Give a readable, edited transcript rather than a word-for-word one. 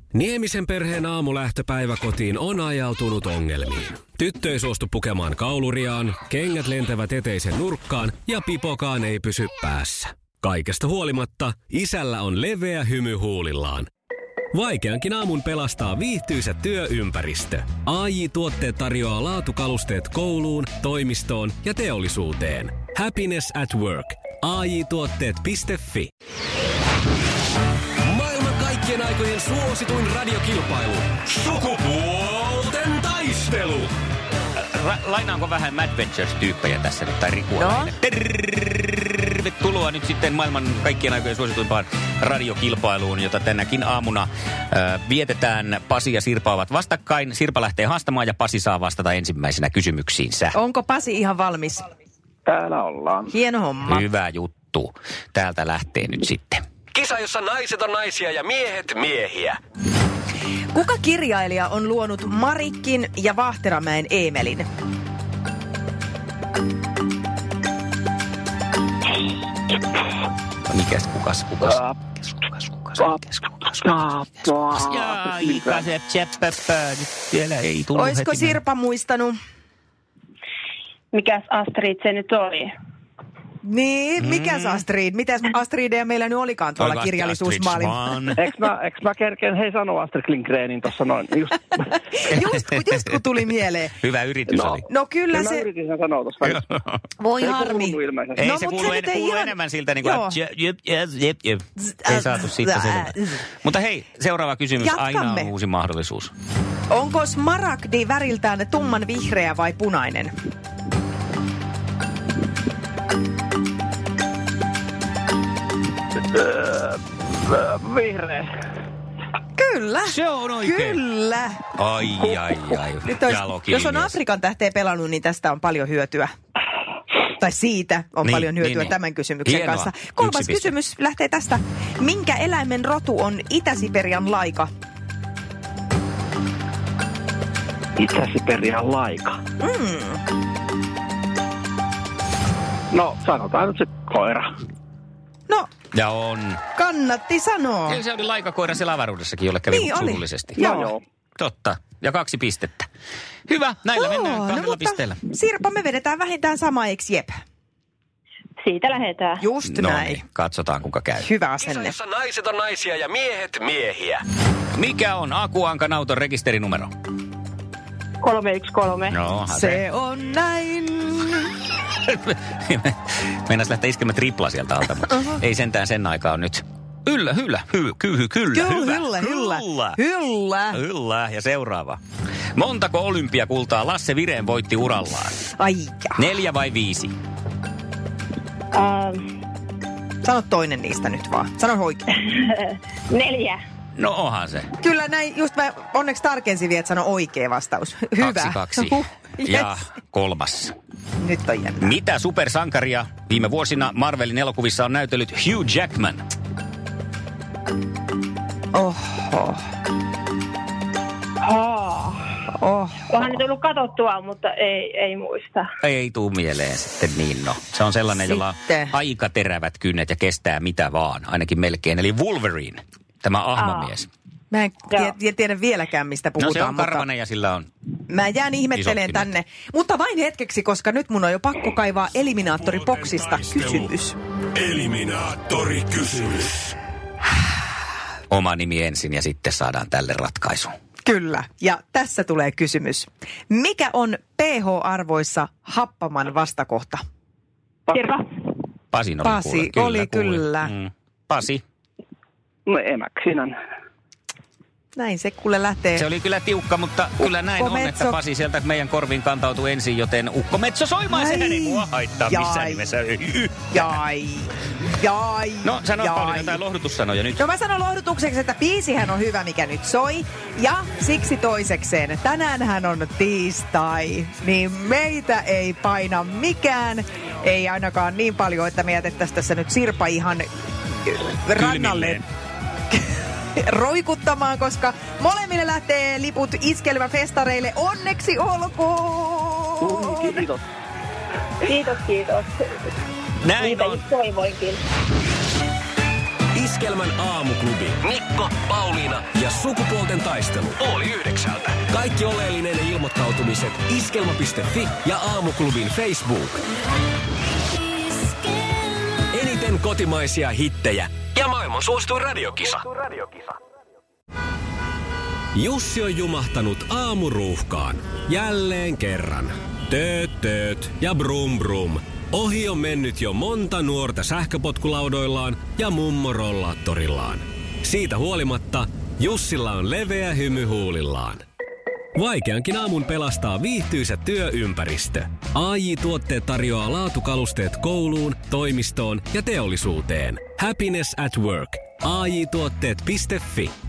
Niemisen perheen aamulähtöpäivä kotiin on ajautunut ongelmiin. Tyttö ei suostu pukemaan kauluriaan, kengät lentävät eteisen nurkkaan ja pipokaan ei pysy päässä. Kaikesta huolimatta, isällä on leveä hymy huulillaan. Vaikeankin aamun pelastaa viihtyisä työympäristö. AJ-tuotteet tarjoaa laatukalusteet kouluun, toimistoon ja teollisuuteen. Happiness at work. AJ-tuotteet.fi. Maailman kaikkien aikojen suosituin radiokilpailu. Sukupuolten taistelu. Lainaanko vähän Mad Ventures-tyyppejä tässä nyt, tai Rikua? No. Tervetuloa nyt sitten maailman kaikkien aikojen suosituimpaan radiokilpailuun, jota tänäkin aamuna vietetään. Pasi ja Sirpa ovat vastakkain. Sirpa lähtee haastamaan ja Pasi saa vastata ensimmäisenä kysymyksiinsä. Onko Pasi ihan valmis? Täällä ollaan. Hieno homma. Hyvä juttu. Täältä lähtee nyt sitten. Kisa, jossa naiset on naisia ja miehet miehiä. Kuka kirjailija on luonut Marikin ja Vahteramäen Eemelin? Mikäs kukas? Oisko Sirpa muistanut? Mikäs Astrid se nyt oli? Niin, mikäs Astrid? Mitäs Astrideja meillä nyt olikaan tuolla kirjallisuusmaailmassa? Eks mä kerkeen sanoa Astrid Lindgrenin tuossa noin? Just kun tuli mieleen. Hyvä yritys oli. No kyllä se... Mä yritin sen sanoa tuossa välissä. Voi harmi. Ei no, se kuulu ihan... enemmän siltä niin kuin... Ei saatu siitä selvä. Mutta hei, seuraava kysymys. Jatkamme. Aina on uusi mahdollisuus. Onko smaragdi väriltään tumman vihreä vai punainen? Vihreä. Kyllä. Se on oikein. Kyllä. Ai. Nyt jos on Afrikan tähteä pelannut, niin tästä on paljon hyötyä. Tai siitä on paljon hyötyä tämän kysymyksen Hienoa. kanssa. Kolmas kysymys lähtee tästä. Minkä eläimen rotu on Itä-Siperian laika? Itä-Siperian laika. No, sanotaan nyt se koira. No, Ja on. kannatti sanoa. Eli se oli laikakoira siellä avaruudessakin, jolle kävi Niin oli. surullisesti. Joo. Totta. Ja 2 pistettä. Hyvä, näillä mennään 2 pisteellä. Sirpa, me vedetään vähintään sama, eikö jep? Siitä lähdetään. Just No näin. niin, katsotaan kuinka käy. Hyvä Kisa, asenne. jossa naiset on naisia ja miehet miehiä. Mikä on Aku Ankan auton rekisterinumero? 313. No, Se on näin. Meinas lähteä iskemään tripla sieltä alta, mutta ei sentään sen aikaa on nyt. Kyllä. Ja seuraava. Montako olympiakultaa Lasse Vireen voitti urallaan? Ai 4 vai 5? Sano toinen niistä nyt vaan. Sano oikein. 4. No onhan se. Kyllä näin, just mä onneksi tarkensin vielä, että sano oikea vastaus. Hyvä. 2. Yes. Ja 3. Nyt on jännä. Mitä supersankaria viime vuosina Marvelin elokuvissa on näytellyt Hugh Jackman? Oho. Onhan nyt ollut katsottua, mutta ei muista. Ei tuu mieleen sitten niin, no. Se on sellainen, jolla on Sitten. aika terävät kynnet ja kestää mitä vaan, ainakin melkein. Eli Wolverine, tämä ahmamies. Mä en tiedä vieläkään, mistä puhutaan. No se on mutta karvanen ja sillä on... mä jään ihmetteleen isot tänne. Mutta vain hetkeksi, koska nyt mun on jo pakko kaivaa eliminaattoriboksista kysymys. Eliminaattorikysymys. Oma nimi ensin ja sitten saadaan tälle ratkaisu. Kyllä. Ja tässä tulee kysymys. Mikä on pH-arvoissa happaman vastakohta? Sirpa. Pasin oli Pasi oli kyllä. Pasi. No emäksinän. Näin se kuule lähtee. Se oli kyllä tiukka, mutta kyllä näin on, että Metso. Pasi sieltä meidän korviin kantautui ensin, joten Ukko Metso soimaan sen ei mua haittaa missään nimessä. Jai. No, sano Pauliina jotain lohdutussanoja nyt. No mä sanon lohdutukseksi, että biisihän on hyvä, mikä nyt soi. Ja siksi toisekseen, tänäänhän on tiistai, niin meitä ei paina mikään. Ei ainakaan niin paljon, että me jätettäisiin tässä nyt Sirpa ihan rannalle roikuttamaan, koska molemmille lähtee liput iskelmäfestareille. Onneksi olkoon! Kiitos. Näin Niitä on. just toivoinkin. Iskelmän aamuklubi. Mikko, Pauliina ja sukupuolten taistelu. 8:30. Kaikki oleellinen ilmoittautumiset iskelma.fi ja aamuklubin Facebook. Eniten kotimaisia hittejä ja maailman suosituin radiokisa. Jussi on jumahtanut aamuruuhkaan. Jälleen kerran. Tööt ja brum brum. Ohi on mennyt jo monta nuorta sähköpotkulaudoillaan ja mummorollaattorillaan. Siitä huolimatta Jussilla on leveä hymy huulillaan. Vaikeankin aamun pelastaa viihtyisä työympäristö. AJ-tuotteet tarjoaa laatukalusteet kouluun, toimistoon ja teollisuuteen. Happiness at work. AJ-tuotteet.fi